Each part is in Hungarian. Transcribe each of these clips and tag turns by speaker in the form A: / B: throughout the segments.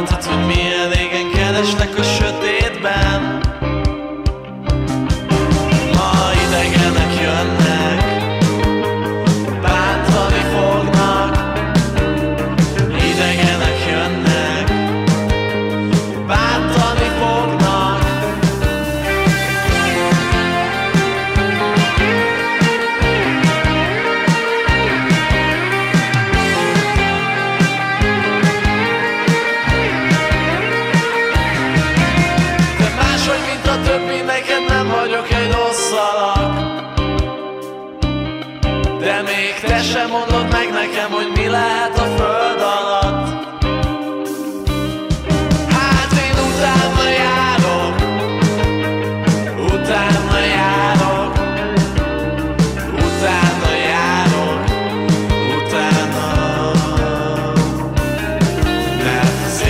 A: Elmondhat, hogy milyen régen keresnek a sötétben. Ma idegenek jönnek, bántani fognak. Idegenek jönnek, bántani fognak. De máshogy, mint a többi, neked nem vagyok egy rossz alak. De még te sem mondod meg nekem, hogy mi lehet a föld alatt. Hát én utána járok, utána járok, utána járok, utána. Mert az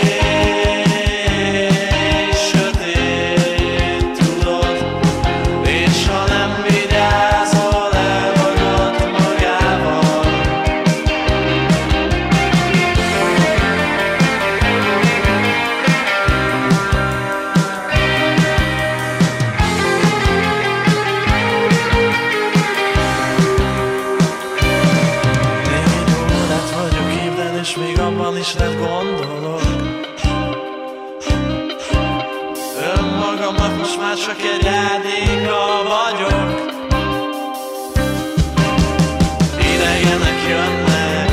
A: éj sötét, tudod, és ha nem vigyázol, elragad magával. Négy órát vagyok ébren, és még abban is nem gondolok. Önmagamnak most már csak egy árnyéka vagyok. Idegenek jönnek,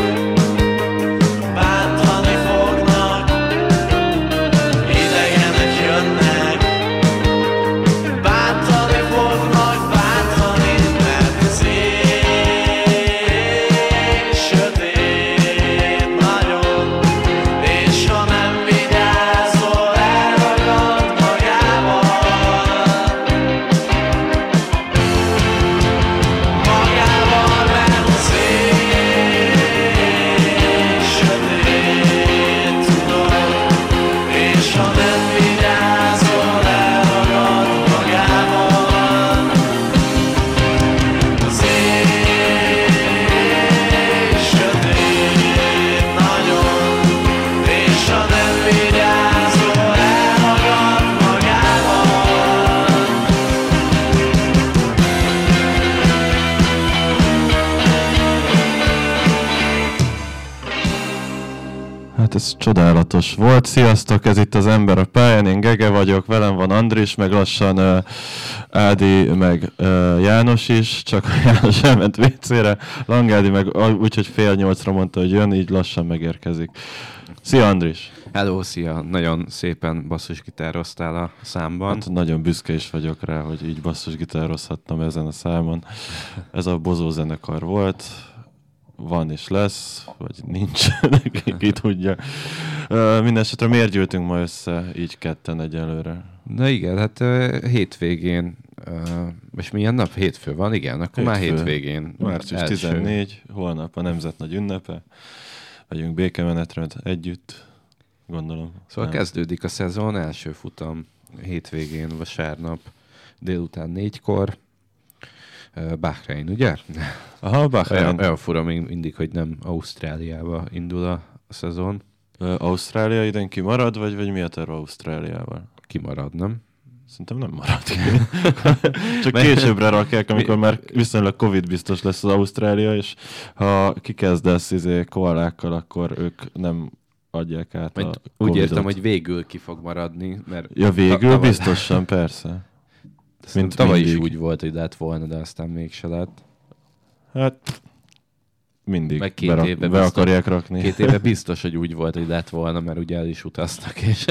A: bántani fognak. Idegenek jönnek, bántani fognak, bántani. Mert az éj sötét nagyon, és ha nem vigyázol, elragad magával. Magával, mert az éj sötét, tudod, és ha nem vigyázol, elragad magával. Az éj sötét nagyon, és ha nem vigyázol, elragad magával.
B: Hát ez csodálatos volt. Sziasztok, ez itt az Ember a pályán, én Gege vagyok, velem van Andris, meg lassan Ádi, meg János is, csak a János elment WC-re, Langádi meg úgyhogy 7:30 mondta, hogy jön, így lassan megérkezik. Szia Andris!
C: Hello, szia! Nagyon szépen basszusgitároztál a számban.
B: Hát nagyon büszke is vagyok rá, hogy így basszusgitározhattam ezen a számon. Ez a Bozó zenekar volt, van és lesz, vagy nincs, ki tudja. Mindenesetre miért gyűltünk ma össze így ketten egyelőre?
C: Na igen, hát hétvégén, és milyen nap? Hétfő van, igen, akkor már hétvégén.
B: Március 14, holnap a nemzet nagy ünnepe. Megyünk békemenetre együtt, gondolom.
C: Szóval kezdődik a szezon, első futam hétvégén, vasárnap, délután 4-kor. Bahrein, ugye?
B: Aha, Bahrein.
C: Olyan fura még mindig, hogy nem Ausztráliába indul a szezon.
B: Ausztrália idén kimarad, vagy mi a terve Ausztráliával?
C: Kimarad, nem?
B: Szerintem nem marad ki. Csak későbbre rakják, amikor már viszonylag Covid biztos lesz az Ausztrália, és ha kikezdesz koalákkal, akkor ők nem adják át a Covidot.
C: Úgy értem, hogy végül ki fog maradni, mert...
B: Ja, végül biztosan, persze.
C: Mint tavaly is úgy volt, hogy lett volna, de aztán mégse lett.
B: Hát mindig
C: meg be
B: akarják rakni.
C: 2 éve biztos, hogy úgy volt, hogy lett volna, mert ugye el is utaztak, és...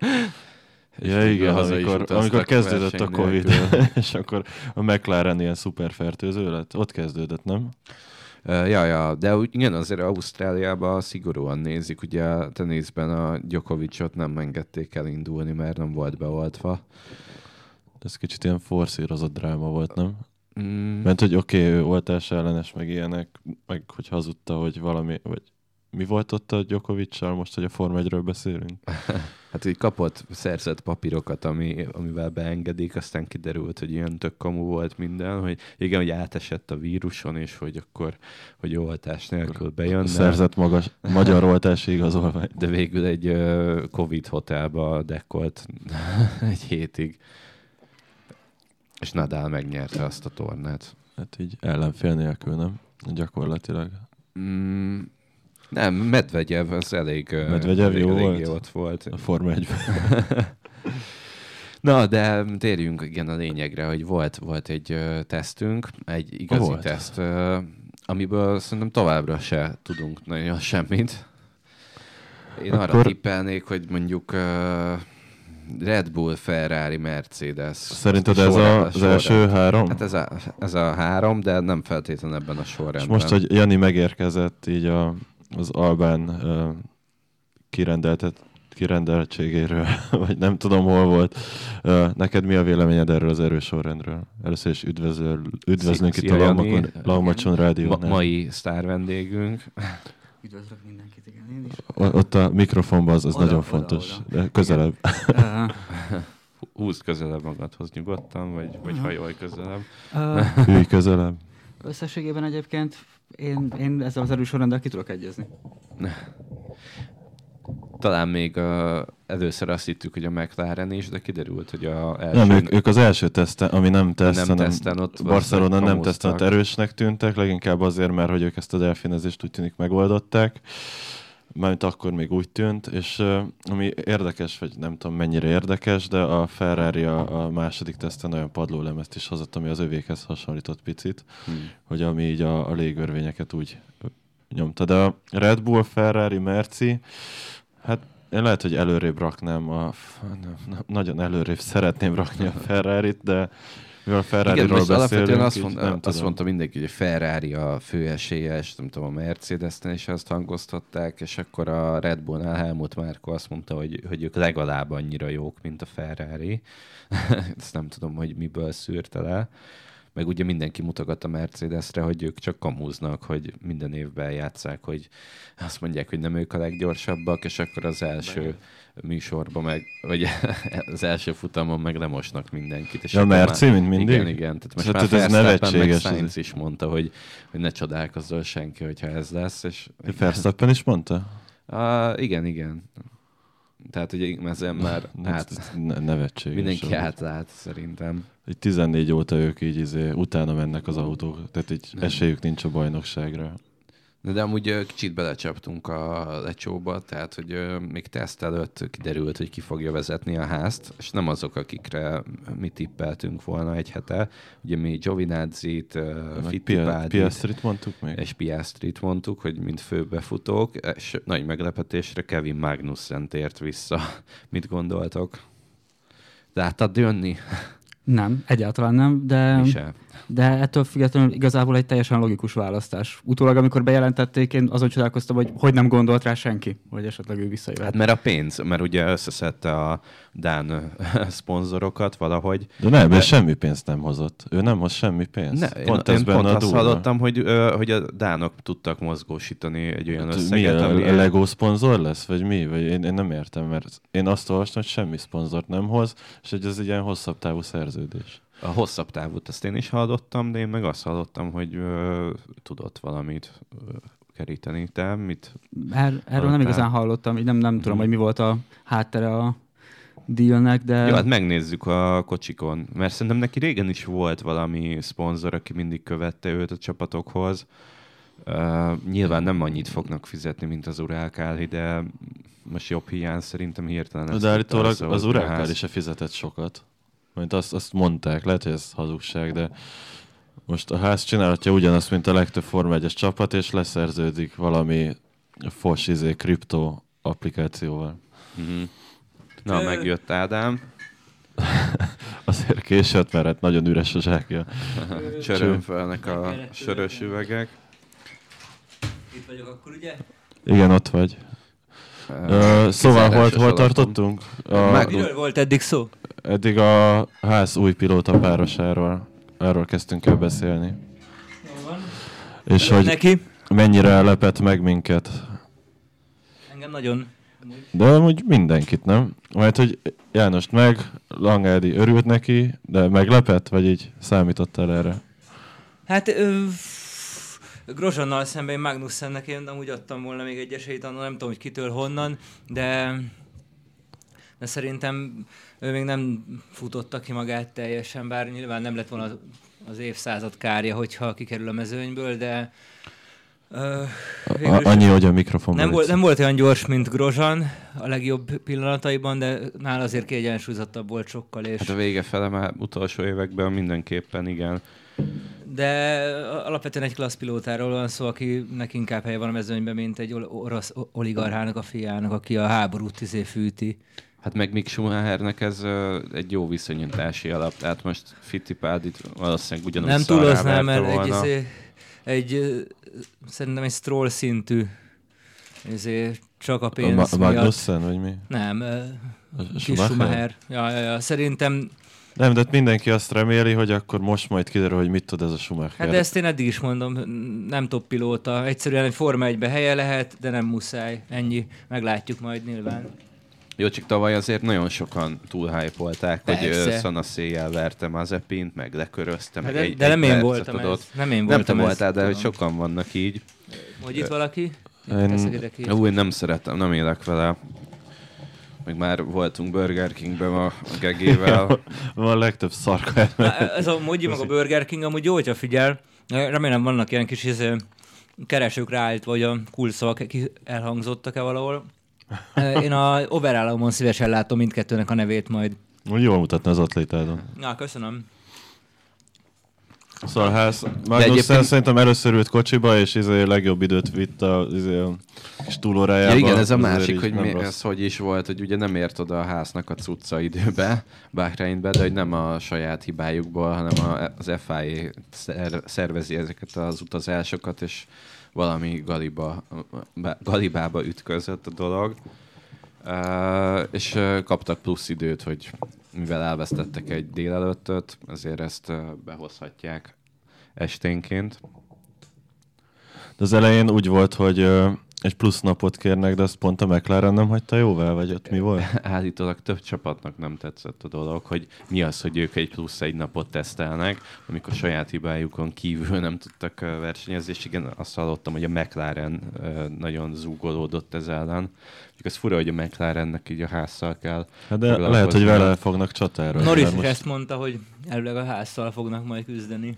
B: Ja igen, amikor kezdődött a Covid, és akkor a McLaren ilyen szuperfertőző lett. Ott kezdődött, nem?
C: Ja, de igen, azért Ausztráliában szigorúan nézik. Ugye a teniszben a Djokovicot nem engedték elindulni, mert nem volt beoltva.
B: Ez kicsit ilyen forszírozott dráma volt, nem? Mert hogy oké, ő oltás ellenes, meg ilyenek, meg hogy hazudta, hogy valami, vagy mi volt ott a Djokovic-sal most, hogy a Forma 1-ről beszélünk?
C: Hát így kapott szerzett papírokat, amivel beengedik, aztán kiderült, hogy ilyen tök kamu volt minden, hogy igen, hogy átesett a víruson, és hogy akkor, hogy oltás nélkül bejönne.
B: Szerzett magyar oltási igazolvány.
C: De végül egy Covid hotelba dekkolt egy hétig. És Nadal megnyerte azt a tornát.
B: Hát így ellenfél nélkül, nem? Gyakorlatilag.
C: Nem, Medvegyev az
B: Medvegyev jó
C: eléggé
B: volt?
C: ott volt.
B: A Forma 1-ben.
C: Na, de térjünk igen a lényegre, hogy volt egy tesztünk, egy igazi teszt, amiből szerintem továbbra se tudunk nagyon semmit. Én arra tippelnék, hogy mondjuk Red Bull, Ferrari, Mercedes.
B: Szerinted ez az első három?
C: Hát ez a három, de nem feltétlenül ebben a sorrendben.
B: És most, hogy Jani megérkezett így az Albán kirendeltségéről, vagy nem tudom hol volt. Neked mi a véleményed erről az erősorrendről? Először is üdvözlünk itt a Laumacson Rádiónál.
C: Mai sztár vendégünk.
D: Üdvözlök mindenkit, igen, én is.
B: Ott a mikrofonban az nagyon fontos.
D: Oda.
B: Közelebb.
C: Húzd közelebb magadhoz nyugodtan, vagy hajolj közelebb.
B: Ülj közelebb.
D: Összességében egyébként én ezzel az erősorrenddel ki tudok egyezni.
C: Talán még először azt hittük, hogy a McLaren is, de kiderült, hogy a első...
B: Nem, ők az első teszten, ami nem teszten,
C: ott
B: Barcelona nem teszten, erősnek tűntek, leginkább azért, mert hogy ők ezt a delfinezést úgy tűnik megoldották. Mármint akkor még úgy tűnt, és ami érdekes, vagy nem tudom mennyire érdekes, de a Ferrari a második teszten olyan padlólemezt is hozott, ami az övékhez hasonlított picit, hogy ami így a légörvényeket úgy nyomta. De a Red Bull, Ferrari, Merci, hát én lehet, hogy előrébb raknám nagyon előrébb szeretném rakni a Ferrarit, de mivel a Ferrari-ról beszélünk,
C: azt mondta mindenki, hogy a Ferrari a főesélyes, nem tudom, a Mercedes-nél is azt hangoztatták, és akkor a Red Bullnál Helmut Márko azt mondta, hogy ők legalább annyira jók, mint a Ferrari. Ezt nem tudom, hogy miből szűrte le. Meg ugye mindenki mutogat a Mercedesre, hogy ők csak kamúznak, hogy minden évben játsszák, hogy azt mondják, hogy nem ők a leggyorsabbak, és akkor az első műsorban meg, vagy az első futamon meg lemosnak mindenkit. És
B: a Merci, mint mindig?
C: Igen. Tehát most
B: tehát
C: már
B: ez
C: Verstappen meg
B: nevetséges.
C: Sainz is mondta, hogy ne csodálkozzon senki, hogyha ez lesz. És
B: Verstappen is mondta?
C: Igen. Tehát, hogy ezzel már
B: nevetséges.
C: Mindenki átlát, szerintem.
B: Így 14 óta ők így utána mennek az autók, tehát így esélyük nincs a bajnokságra.
C: De amúgy kicsit belecsaptunk a lecsóba, tehát hogy még teszt előtt kiderült, hogy ki fogja vezetni a házt, és nem azok, akikre mi tippeltünk volna egy hete. Ugye mi Giovinazzi-t, Fittipaldit,
B: Piastrit mondtuk még?
C: És Piastrit mondtuk, hogy mint főbefutók, és nagy meglepetésre Kevin Magnussen tért vissza. Mit gondoltok? Láttad jönni?
D: Nem, egyáltalán nem, de ettől függetlenül igazából egy teljesen logikus választás. Utólag, amikor bejelentették, én azon csodálkoztam, hogy nem gondolt rá senki, hogy esetleg ő visszajöhet.
C: Hát mert a pénz, mert ugye összeszedte a dán szponzorokat valahogy.
B: De nem, ő semmi pénzt nem hozott. Ő nem hoz semmi pénzt.
C: Én pont azt hallottam, hogy a dánok tudtak mozgósítani egy olyan összeget.
B: Mi, a Lego szponzor lesz? Vagy mi? Vagy én nem értem, mert én azt olvastam, hogy semmi szponzort nem hoz, és hogy ez egy ilyen hosszabb távú szerződés.
C: A hosszabb távút ezt én is hallottam, de én meg azt hallottam, hogy tudott valamit keríteni. Te mit?
D: Erről nem igazán hallottam, így nem tudom, hogy mi volt a háttere a dealnek, de...
C: Jó, hát megnézzük a kocsikon, mert szerintem neki régen is volt valami szponzor, aki mindig követte őt a csapatokhoz. Nyilván nem annyit fognak fizetni, mint az Uralkali, de most jobb hiány szerintem hirtelen.
B: De állítólag az Uralkali se fizetett sokat. Mint azt mondták, lehet, hogy ez hazugság, de most a ház csinálhatja ugyanazt, mint a legtöbb Forma 1-es csapat, és leszerződik valami fos kriptó applikációval.
C: Mm-hmm. Na, megjött Ádám.
B: Azért késett, mert hát nagyon üres a zsákja.
C: Csörömfölnek a sörös üvegek.
D: Itt vagyok akkor, ugye?
B: Igen, ott vagy. Szóval hol tartottunk?
D: Miről volt eddig szó?
B: Eddig a ház új pilóta párosáról. Erről kezdtünk el beszélni.
D: Jó van.
B: És hogy mennyire lepett meg minket
E: Engem nagyon...
B: De amúgy mindenkit, nem? Majd, hogy Jánost meg, Langádi örült neki, de meglepett, vagy így számítottál erre?
E: Hát Grosjeannal szemben én Magnussennek én amúgy adtam volna még egy esélyt, nem tudom, hogy kitől honnan, de szerintem ő még nem futotta ki magát teljesen, bár nyilván nem lett volna az évszázad kárja, hogyha kikerül a mezőnyből, de
B: Annyi, hogy a mikrofonban.
E: Nem volt olyan gyors, mint Grosjean a legjobb pillanataiban, de nála azért kiegyensúlyozottabb volt sokkal. És...
C: Hát a vége fele már utolsó években mindenképpen, igen.
E: De alapvetően egy klassz pilótáról van szó, akinek inkább helye van a mezőnyben, mint egy orosz oligarchának a fiának, aki a háborút fűti.
C: Hát meg Mick Schumachernek ez egy jó viszonyítási alap, tehát most Fittipaldit valószínűleg ugyanúgy
E: nem túloznám, mert
C: volna.
E: Szerintem egy Stroll szintű csak a pénz miatt.
B: Magnussen, vagy mi?
E: Nem, kis Schumacher. Ja. Szerintem...
B: Nem, de mindenki azt reméli, hogy akkor most majd kiderül, hogy mit tud ez a Schumacher.
E: Hát de ezt én eddig is mondom, nem top pilóta. Egyszerűen egy Forma 1-be helye lehet, de nem muszáj. Ennyi. Meglátjuk majd nyilván.
C: Jó, csak tavaly azért nagyon sokan túlhypolták, hogy Szanaszéjjel verte Mazepint, meg lekörözte, meg egy
E: nem én
C: voltam
E: ez.
C: Nem te voltál, de hogy sokan vannak így.
E: Hogy itt valaki?
C: Én nem szeretem, nem élek vele. Meg már voltunk Burger Kingben a Gegével.
B: Van a legtöbb szarka.
E: Ez a Mogyi meg a Burger King amúgy jó, hogyha figyel. Remélem vannak ilyen kis keresők ráállítva, vagy a kulcsszavak elhangzottak-e valahol. Én a overallomon szívesen látom mindkettőnek a nevét majd.
B: Jól mutatna az atlétádon.
E: Na, köszönöm.
B: Szóval ház, Magnussen szerintem először ült kocsiba, és legjobb időt vitt a kis túlórájába.
C: Ja, igen, ez a másik, hogy ez hogy is volt, hogy ugye nem ért oda a háznak a cucca időbe, Bahreinbe, de hogy nem a saját hibájukból, hanem az FIA szervezi ezeket az utazásokat, és valami galibába ütközött a dolog. És kaptak plusz időt, hogy mivel elvesztettek egy délelőttöt, ezért ezt behozhatják esténként.
B: De az elején úgy volt, hogy egy plusz napot kérnek, de azt pont a McLaren nem hagyta jóvá, vagy ott mi volt?
C: Állítólag több csapatnak nem tetszett a dolog, hogy mi az, hogy ők egy plusz egy napot tesztelnek, amikor saját hibájukon kívül nem tudtak versenyezni, és igen, azt hallottam, hogy a McLaren nagyon zúgolódott ez ellen. Ez fura, hogy a McLarennek így a házzal kell.
B: Hát de lehet, hogy vele fognak csatára.
E: Norris is ezt mondta, hogy előleg a házzal fognak majd küzdeni.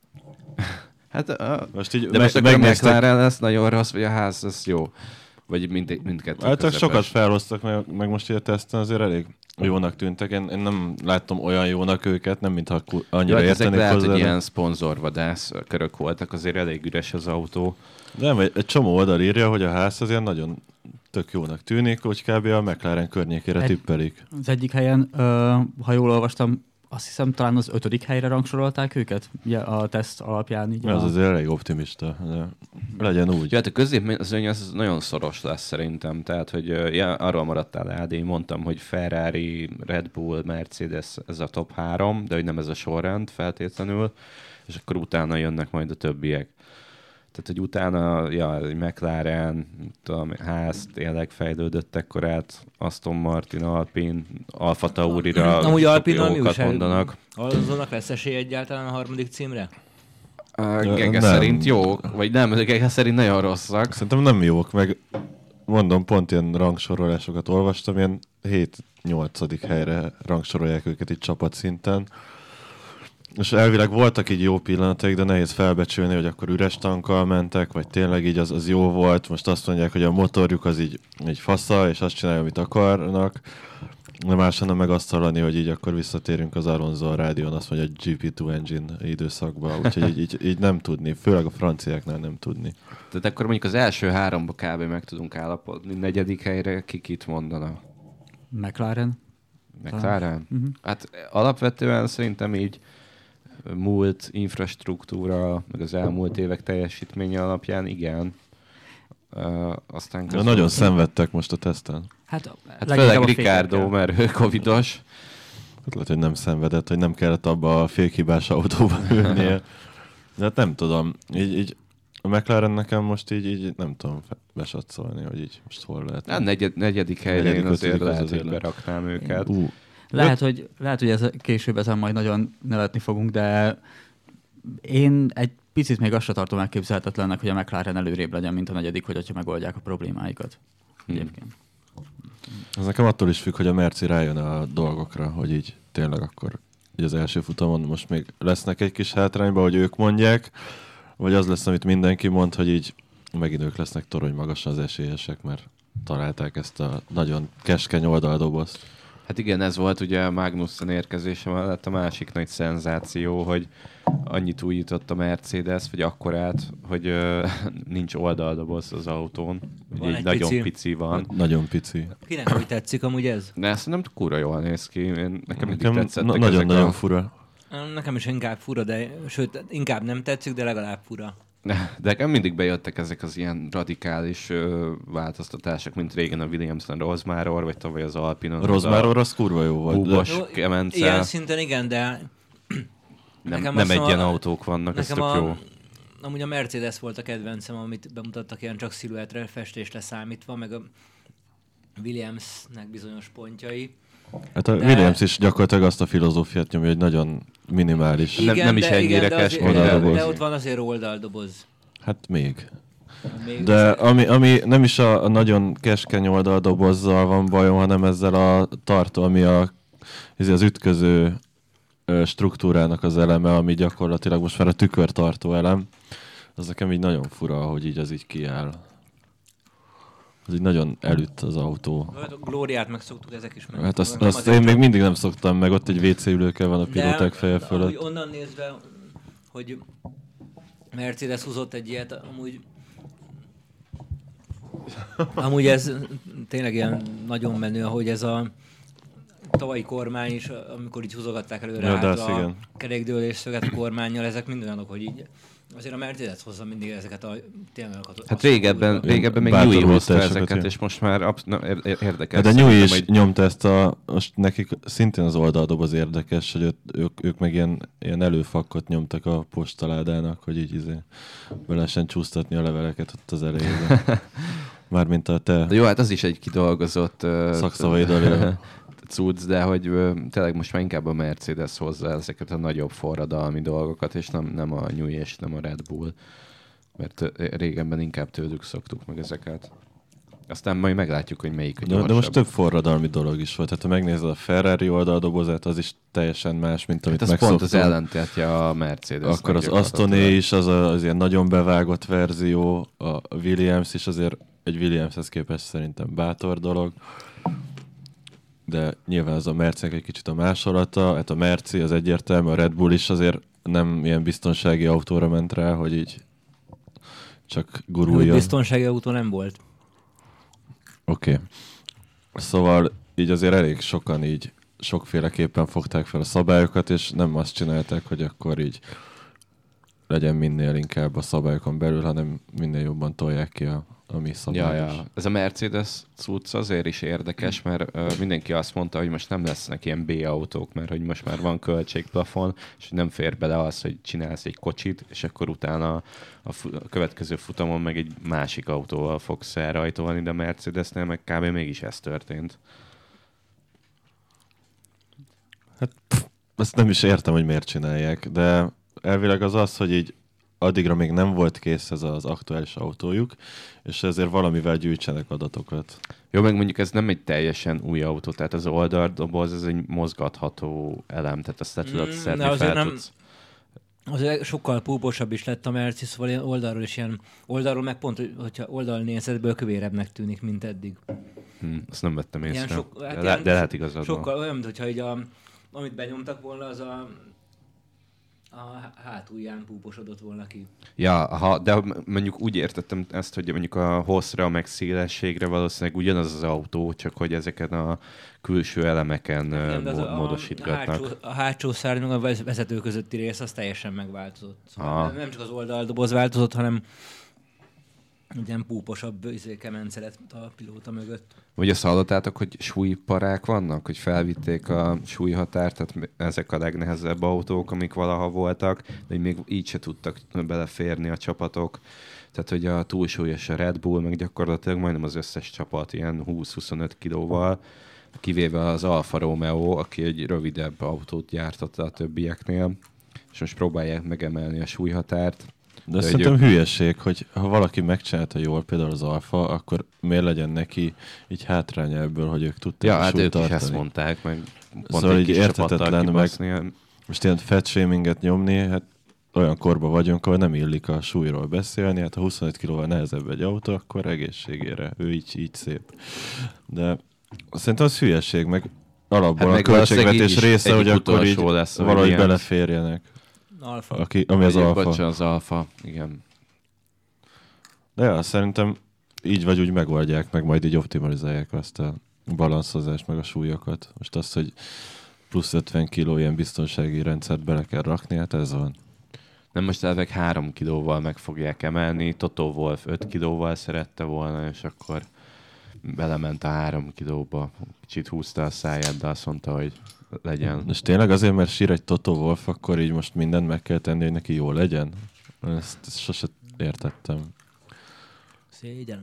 C: Hát,
B: most így
C: de most a McLaren lesz nagyon rossz, vagy a ház lesz jó? Vagy mindkettő
B: hát sokat felhoztak, meg most így a teszten azért elég jónak tűntek. Én nem láttam olyan jónak őket, nem mintha annyira értenék
C: hozzá. Lehet, hogy ilyen szponzorvadász körök voltak, azért elég üres az autó.
B: De nem, egy csomó oldal írja, hogy a ház azért nagyon tök jónak tűnik, hogy kb. A McLaren környékére tippelik.
D: Az egyik helyen, ha jól olvastam, azt hiszem talán az 5. helyre rangsorolták őket a teszt alapján. Így
B: az azért elég optimista, de legyen úgy.
C: Ja, hát a középmezőny az nagyon szoros lesz szerintem, tehát hogy arról maradtál el, én mondtam, hogy Ferrari, Red Bull, Mercedes ez a top 3, de hogy nem ez a sorrend feltétlenül, és akkor utána jönnek majd a többiek. Tehát, hogy utána, McLaren, Haas tényleg fejlődött ekkorát, Aston Martin, Alpine, Alfa Taurira
E: amúgy Alpine
C: jókat mondanak.
E: Azonnak lesz esély egyáltalán a harmadik címre?
C: Gege szerint jók, vagy nem, Gege szerint nagyon rosszak.
B: Szerintem nem jók, meg mondom, pont ilyen rangsorolásokat olvastam, ilyen 7-8. helyre rangsorolják őket itt csapatszinten. És elvileg voltak így jó pillanatok, de nehéz felbecsülni, hogy akkor üres tankkal mentek, vagy tényleg így az jó volt. Most azt mondják, hogy a motorjuk az így fasza, és azt csinálja, amit akarnak. De máshonnan meg azt hallani, hogy így akkor visszatérünk az Alonso rádión, azt mondja, hogy GP2 engine időszakba. Úgyhogy így nem tudni, főleg a franciáknál nem tudni.
C: Tehát akkor mondjuk az első 3-ba kb. Meg tudunk állapodni. 4. helyre kit mondana?
D: McLaren.
C: McLaren? Hát alapvetően szerintem így múlt infrastruktúra, meg az elmúlt évek teljesítménye alapján igen. Aztán
B: nagyon szenvedtek most a teszten.
C: Hát főleg Ricardo, mert ő covidos.
B: Hát lehet, hogy nem szenvedett, hogy nem kellett abba a fékhibás autóba ülnie. De hát nem tudom. Így a McLaren nekem most így nem tudom besatszolni, hogy így most hol lehet.
C: A negyedik helyre én azért lehet, hogy beraknám őket.
D: Lehet, hogy ez később ezen majd nagyon nevetni fogunk, de én egy picit még azt se tartom elképzelhetetlennek, hogy a McLaren előrébb legyen, mint a negyedik, hogyha megoldják a problémáikat. Egyébként.
B: Ez nekem attól is függ, hogy a Merci rájön a dolgokra, hogy így tényleg akkor így az első futamon most még lesznek egy kis hátrányba, hogy ők mondják, vagy az lesz, amit mindenki mond, hogy így megint ők lesznek torony magasan az esélyesek, mert találták ezt a nagyon keskeny oldaldobozt.
C: Hát igen, ez volt ugye Magnussen érkezése mellett a másik nagy szenzáció, hogy annyit újított a Mercedes, vagy akkorát, hogy nincs oldaldoboz az autón. Ugye nagyon pici van.
B: Nagyon pici.
E: Kinek hogy tetszik amúgy ez?
C: De ezt nem kurva jól néz ki. Nekem mindig tetszettek
B: nagyon fura.
E: Nekem is inkább fura, de sőt, inkább nem tetszik, de legalább fura.
C: De nekem mindig bejöttek ezek az ilyen radikális változtatások, mint régen a Williamson Rosemaror, vagy tavaly az Alpinon.
B: A Rosemaror az kurva jó volt.
C: Búbos kemence.
E: Ilyen szinten igen, de
C: nem egyen autók vannak, ez tök jó.
E: Amúgy a Mercedes volt a kedvencem, amit bemutattak ilyen csak sziluettre, festésre számítva, meg a Williamsnek bizonyos pontjai.
B: Hát a Williams is gyakorlatilag azt a filozófiát nyomja, hogy nagyon minimális.
E: Igen,
C: nem is ennyire keskeny
E: oldaldoboz. De ott van azért oldaldoboz.
B: Hát még. De ami nem is a nagyon keskeny oldaldobozzal van bajom, hanem ezzel a tartó, ami az ütköző struktúrának az eleme, ami gyakorlatilag most már a tükörtartó elem. Az nekem így nagyon fura, hogy így az így kiáll. Az így nagyon elütt az autó.
E: A Glóriát megszoktuk, ezek is meg.
B: Hát azt én még mindig nem szoktam meg, ott egy WC ülőke van a pilóták feje fölött.
E: De onnan nézve, hogy Mercedes húzott egy ilyet, amúgy ez tényleg ilyen nagyon menő, ahogy ez a tavalyi kormány is, amikor így húzogatták előre a kerékdőlés szöget a kormánnyal, ezek mind olyanok, hogy így azért a Mercedes hozza mindig ezeket a tényleg...
C: Hát régebben még Newey hozta ezeket, és most már érdekes.
B: De Newey is nyomta ezt most nekik szintén az oldaldoboz érdekes, hogy ők meg ilyen előfakkot nyomtak a postaládának, hogy így be lehessen csúsztatni a leveleket ott az elejében. Mármint a te...
C: De jó, hát az is egy kidolgozott...
B: szakszavaidal
C: cucc, de hogy tényleg most már inkább a Mercedes hozza ezeket a nagyobb forradalmi dolgokat, és nem a Newey és nem a Red Bull. Mert régenben inkább tőlük szoktuk meg ezeket. Aztán majd meglátjuk, hogy melyik a gyorsabb.
B: De most több forradalmi dolog is volt. Hát ha megnézed a Ferrari oldaldobozát, az is teljesen más, mint amit megszoktunk.
C: Ez pont az ellentétje a Mercedes.
B: Akkor az Astoné is az ilyen nagyon bevágott verzió, a Williams is azért egy Williamshez képest szerintem bátor dolog. De nyilván az a Mercedes egy kicsit a másolata, hát a Merci az egyértelmű, a Red Bull is azért nem ilyen biztonsági autóra ment rá, hogy így csak guruljon.
E: Biztonsági autó nem volt.
B: Oké. Szóval így azért elég sokan így sokféleképpen fogták fel a szabályokat, és nem azt csinálták, hogy akkor így legyen minél inkább a szabályokon belül, hanem minél jobban tolják ki a mi szabályos.
C: Ja. Ez a Mercedes cucc azért is érdekes, mert mindenki azt mondta, hogy most nem lesznek ilyen B-autók, mert hogy most már van költségplafon, és nem fér bele az, hogy csinálsz egy kocsit, és akkor utána a következő futamon meg egy másik autóval fogsz elrajtolni, de a Mercedesnél meg kb. Mégis ez történt.
B: Hát ezt nem is értem, hogy miért csinálják, de elvileg az, hogy így addigra még nem volt kész ez az aktuális autójuk, és ezért valamivel gyűjtsenek adatokat.
C: Jó, meg mondjuk ez nem egy teljesen új autó, tehát az oldaldoboz, ez egy mozgatható elem, tehát azt le tudod szedni, fel tudsz.
E: Azért sokkal púposabb is lett a Merci, szóval ilyen oldalról is ilyen, oldalról meg pont, hogyha oldalnézetből kövérebbnek tűnik, mint eddig.
C: Azt nem vettem észre.
E: De
C: lehet igazad.
E: Sokkal olyan, mintha így amit benyomtak volna, az a hátulján púposodott volna ki.
C: Ja, de mondjuk úgy értettem ezt, hogy mondjuk a hosszra, meg szélességre valószínűleg ugyanaz az autó, csak hogy ezeken a külső elemeken módosítgatnak.
E: A hátsó szárny, meg a vezető közötti rész, az teljesen megváltozott. Szóval nem csak az oldaldoboz változott, hanem egy ilyen púposabb kemence lett a pilóta mögött.
C: Vagy azt hallottátok, hogy súlyparák vannak, hogy felvitték a súlyhatárt, tehát ezek a legnehezebb autók, amik valaha voltak, de még így se tudtak beleférni a csapatok. Tehát, hogy a túlsúlyos a Red Bull, meg gyakorlatilag majdnem az összes csapat ilyen 20-25 kilóval, kivéve az Alfa Romeo, aki egy rövidebb autót gyártotta a többieknél, és most próbálják megemelni a súlyhatárt.
B: De szerintem hülyeség, hogy ha valaki megcsinálta jól, például az Alfa, akkor miért legyen neki így hátránya ebből, hogy ők tudták
C: ja, hát ők
B: tartani.
C: is ezt mondták, meg
B: szóval így érthetetlen, meg most ilyen fatshaminget nyomni, hát olyan korban vagyunk, ahol nem illik a súlyról beszélni, hát ha 25 kilóval nehezebb egy autó, akkor egészségére, ő így szép. De szerintem az hülyeség, meg alapból hát a költségvetés része, hogy akkor így lesz, valahogy beleférjenek.
E: Alfa.
B: Ami az Alfa.
C: Bocsán, az Alfa, igen.
B: De ja, szerintem így vagy úgy megoldják, meg majd így optimalizálják azt a balanszozást, meg a súlyokat. Most az, hogy plusz 50 kiló ilyen biztonsági rendszert bele kell rakni, hát ez van.
C: Nem, most elveg 3 kilóval meg fogják emelni, Toto Wolff 5 kilóval szerette volna, és akkor belement a 3 kilóba. Kicsit húzta a száját, de azt mondta, hogy legyen.
B: És tényleg azért, mert sír egy Toto Wolff, akkor így most mindent meg kell tenni, hogy neki jó legyen? Ezt sose értettem.
E: Szégyen.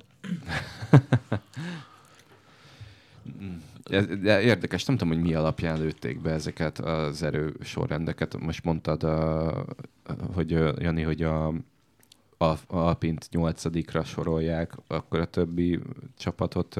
C: De érdekes, nem tudom, hogy mi alapján lőtték be ezeket az erősorrendeket. Most mondtad, hogy Jani, hogy a Alpint 8-ra sorolják, akkor a többi csapatot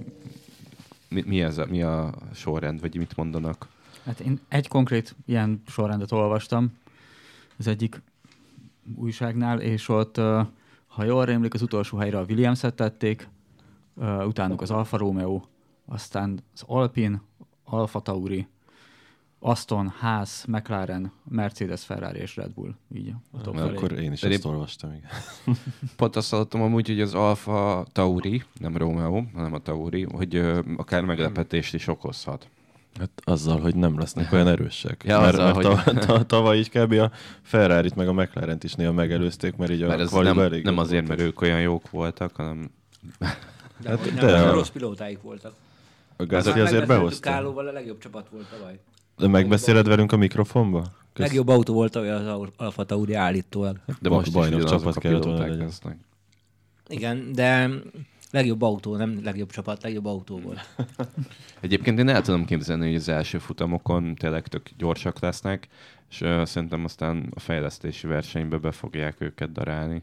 C: mi a sorrend, vagy mit mondanak?
D: Hát én egy konkrét ilyen sorrendet olvastam az egyik újságnál, és ott, ha jól rémlik, az utolsó helyre a Williams-et tették, utánuk az Alfa Romeo, aztán az Alpine, Alfa Tauri, Aston, Haas, McLaren, Mercedes, Ferrari és Red Bull. Így a top felé.
B: Akkor én is ezt olvastam, igen.
C: Pont azt hallottam amúgy, hogy az Alfa Tauri, nem Romeo, hanem a Tauri, hogy akár meglepetést is okozhat.
B: Hát azzal, hogy nem lesznek olyan erősek.
C: Ja,
B: mert
C: azzal,
B: hogy... tavaly így kb. A Ferrarit meg a McLarent is néha megelőzték, mert így
C: mert
B: a kvaliba elég
C: nem azért, mert ők olyan jók voltak, hanem...
E: De, hát, nem rossz pilótáik voltak.
B: A Gasly azért behozta.
E: Kálóval a legjobb csapat volt tavaly.
B: De megbeszéled velünk a mikrofonba?
E: Legjobb autó volt az Alfa Tauri állítólag.
C: De most
B: bajnok csapat kellett volna legyen.
E: Igen, de legjobb autó, nem legjobb csapat, legjobb autó volt.
C: Egyébként én el tudom képzelni, hogy az első futamokon tényleg tök gyorsak lesznek, és szerintem aztán a fejlesztési versenybe be fogják őket darálni.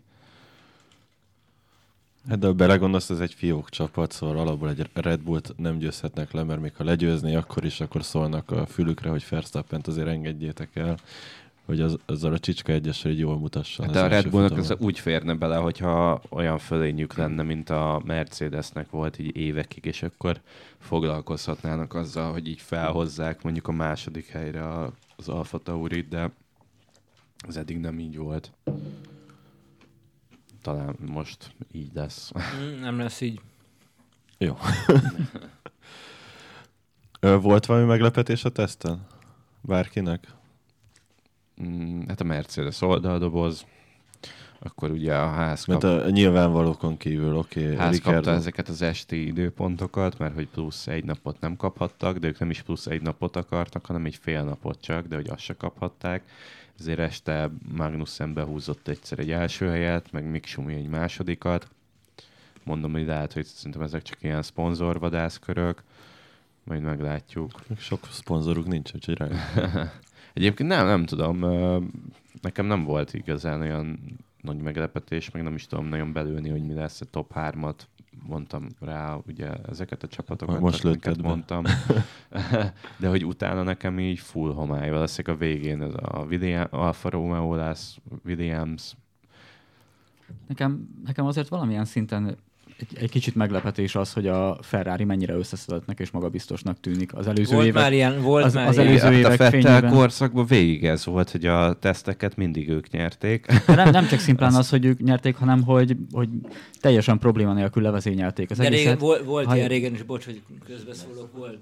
B: Hát de ha belegondolsz, ez egy fiók csapat, szóval alapból egy Red Bullt nem győzhetnek le, mert még ha legyőzni, akkor szólnak a fülükre, hogy Verstappent azért engedjétek el, hogy azzal a csicska egyessel így jól mutasson.
C: Hát a Red Bullnak ez úgy férne bele, hogyha olyan fölényük lenne, mint a Mercedesnek volt így évekig, és akkor foglalkozhatnának azzal, hogy így felhozzák mondjuk a második helyre az Alfa Taurit, de ez eddig nem így volt. Talán most így lesz.
E: Nem lesz így.
B: Jó. Volt valami meglepetés a teszten? Bárkinek?
C: Hát a Mercedes oldaldoboz, akkor ugye a Haas
B: mert a nyilvánvalókon kívül, oké.
C: Haas kapta ezeket az esti időpontokat, mert hogy plusz egy napot nem kaphattak, de ők nem is plusz egy napot akartak, hanem egy fél napot csak, de hogy azt se kaphatták. Ezért este Magnussen behúzott egyszer egy első helyet, meg Mick Schumacher egy másodikat. Mondom, hogy lehet, hogy szerintem ezek csak ilyen szponzorvadászkörök, majd meglátjuk.
B: Sok szponzoruk nincs, úgyhogy rájön.
C: Egyébként nem tudom, nekem nem volt igazán olyan nagy meglepetés, meg nem is tudom nagyon belőni, hogy mi lesz a top 3-at. Mondtam rá ugye ezeket a csapatokat,
B: most lőtted
C: mondtam. De hogy utána nekem így full homályval leszek a végén, ez a Alfa Romeo lesz, Williams.
D: Nekem azért valamilyen szinten egy kicsit meglepetés az, hogy a Ferrari mennyire összeszedettnek és magabiztosnak tűnik. Az előző
E: volt
D: évek,
E: már ilyen, volt már
D: az
E: ilyen.
D: előző évek
C: a Vettel
D: fényében.
C: korszakban végig ez volt, hogy a teszteket mindig ők nyerték.
D: De nem csak szimplán az, hogy ők nyerték, hanem hogy teljesen probléma nélkül levezényelték az
E: de
D: egészet.
E: Régen, volt ilyen régen is, bocs, hogy közbeszólok, volt.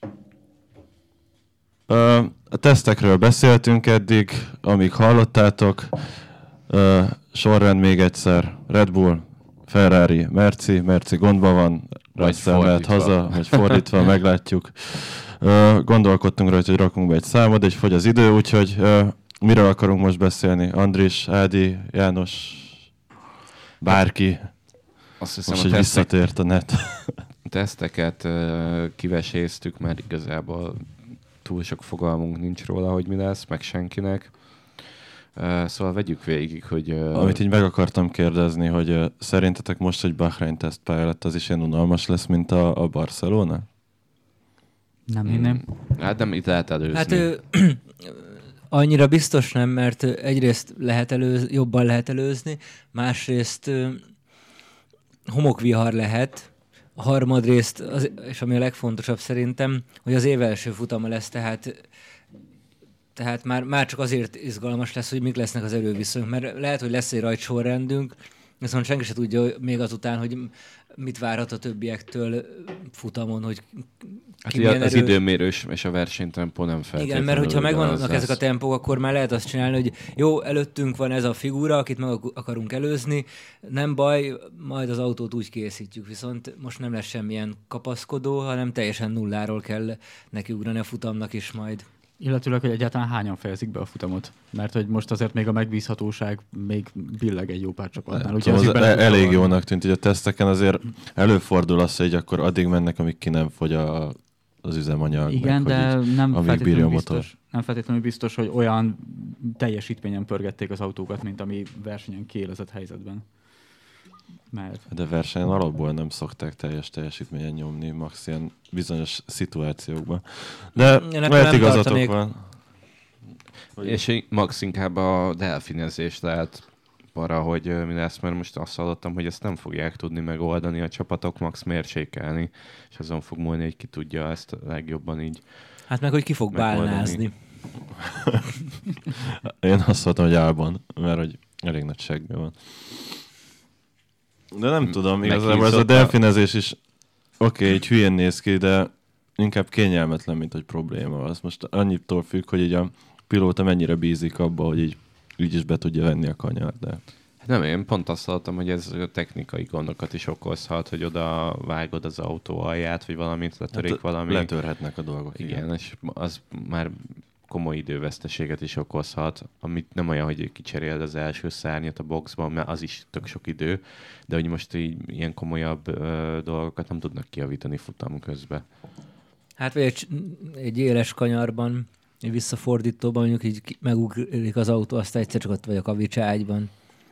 B: A tesztekről beszéltünk eddig, amíg hallottátok. Sorrend még egyszer. Red Bull, Ferrari, Merci gondban van, Russell mehet haza, vagy fordítva, meglátjuk. Gondolkodtunk rajta, hogy rakunk be egy számot, de fogy az idő, úgyhogy miről akarunk most beszélni? Andris, Ádi, János, bárki.
C: Azt hiszem,
B: most, hogy visszatért a net.
C: Teszteket kiveséztük, mert igazából túl sok fogalmunk nincs róla, hogy mi lesz, meg senkinek. Szóval vegyük végig, hogy...
B: Amit így meg akartam kérdezni, hogy szerintetek most, hogy Bahrein tesztpálya lett, az is ilyen unalmas lesz, mint a Barcelona?
D: Nem hinném.
C: Hát nem, itt lehet előzni.
E: Hát annyira biztos nem, mert egyrészt jobban lehet előzni, másrészt homokvihar lehet, a harmadrészt, és ami a legfontosabb szerintem, hogy az év első futama lesz, tehát már csak azért izgalmas lesz, hogy mik lesznek az erőviszonyok, mert lehet, hogy lesz egy rajtsorrendünk, viszont senki se tudja még azután, hogy mit várhat a többiektől futamon, hogy
C: hát az időmérős és a versenytempó nem feltétlenül.
E: Igen, mert hogyha megvannak ezek a tempók, akkor már lehet azt csinálni, hogy jó, előttünk van ez a figura, akit meg akarunk előzni, nem baj, majd az autót úgy készítjük, viszont most nem lesz semmilyen kapaszkodó, hanem teljesen nulláról kell nekiugrani a futamnak is majd.
D: Illetőleg, hogy egyáltalán hányan fejezik be a futamot. Mert hogy most azért még a megbízhatóság még billeg egy jó pár csapatnál.
B: Elég jónak tűnt, hogy a teszteken azért előfordul az, hogy akkor addig mennek, amíg ki nem fogy az üzemanyag.
D: Igen,
B: meg,
D: de nem
B: feltétlenül
D: biztos, hogy olyan teljesítményen pörgették az autókat, mint ami versenyen kiélezett helyzetben.
B: De versenyen alapból nem szokták teljes teljesítményen nyomni, max ilyen bizonyos szituációkban. De lehet igazatok van.
C: És max inkább a delfinezés lehet arra, hogy mi lesz, mert most azt hallottam, hogy ezt nem fogják tudni megoldani a csapatok, max mérsékelni, és azon fog múlni, hogy ki tudja ezt legjobban így.
E: Hát meg, hogy ki fog bálnázni.
B: Én azt mondtam, hogy Álban, mert hogy elég nagy segge van. De nem tudom, igazából ez a delfinezés is oké, így hülyén néz ki, de inkább kényelmetlen, mint hogy probléma. Az most annyitól függ, hogy így a pilóta mennyire bízik abba, hogy így is be tudja venni a kanyart, de...
C: Nem, én pont azt hallottam, hogy ez a technikai gondokat is okozhat, hogy oda vágod az autó alját, vagy valamit letörik valami.
B: Letörhetnek a dolgok.
C: Igen, és az már komoly időveszteséget is okozhat, amit nem olyan, hogy kicseréled az első szárnyat a boxban, mert az is tök sok idő, de hogy most így ilyen komolyabb dolgokat nem tudnak kijavítani futam közben.
E: Hát vagy egy éles kanyarban, egy visszafordítóban mondjuk így megugrik az autó, aztán egyszer csak ott vagy a kavicságyban.